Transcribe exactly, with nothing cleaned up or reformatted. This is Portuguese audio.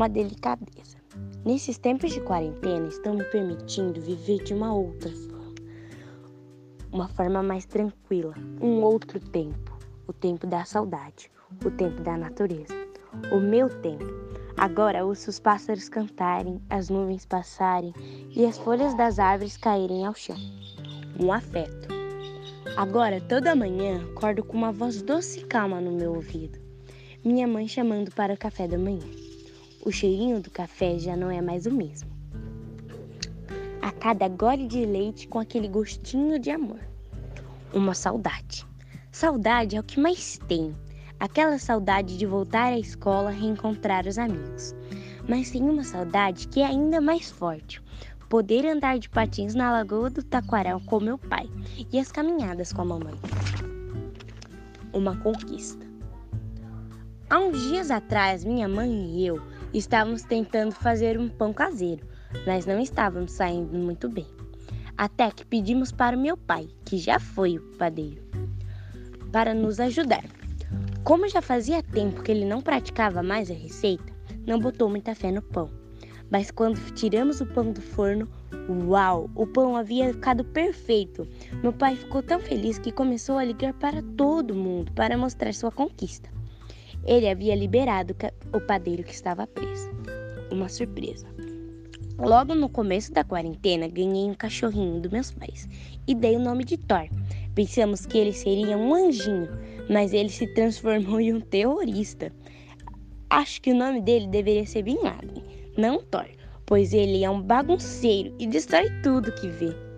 uma delicadeza. Nesses tempos de quarentena, estão me permitindo viver de uma outra forma. Uma forma mais tranquila, um outro tempo. O tempo da saudade, o tempo da natureza. O meu tempo. Agora ouço os pássaros cantarem, as nuvens passarem e as folhas das árvores caírem ao chão. Um afeto. Agora, toda manhã, acordo com uma voz doce e calma no meu ouvido. Minha mãe chamando para o café da manhã. O cheirinho do café já não é mais o mesmo. A cada gole de leite com aquele gostinho de amor. Uma saudade. Saudade é o que mais tenho. Aquela saudade de voltar à escola, reencontrar os amigos. Mas tem uma saudade que é ainda mais forte. Poder andar de patins na Lagoa do Taquaral com meu pai e as caminhadas com a mamãe. Uma conquista. Há uns dias atrás, minha mãe e eu estávamos tentando fazer um pão caseiro, mas não estávamos saindo muito bem. Até que pedimos para o meu pai, que já foi o padeiro, para nos ajudar. Como já fazia tempo que ele não praticava mais a receita, não botou muita fé no pão. Mas quando tiramos o pão do forno, uau, o pão havia ficado perfeito. Meu pai ficou tão feliz que começou a ligar para todo mundo para mostrar sua conquista. Ele havia liberado o padeiro que estava preso. Uma surpresa. Logo no começo da quarentena, ganhei um cachorrinho dos meus pais e dei o nome de Thor. Pensamos que ele seria um anjinho, mas ele se transformou em um terrorista. Acho que o nome dele deveria ser Bin Laden, não Thor, pois ele é um bagunceiro e destrói tudo que vê.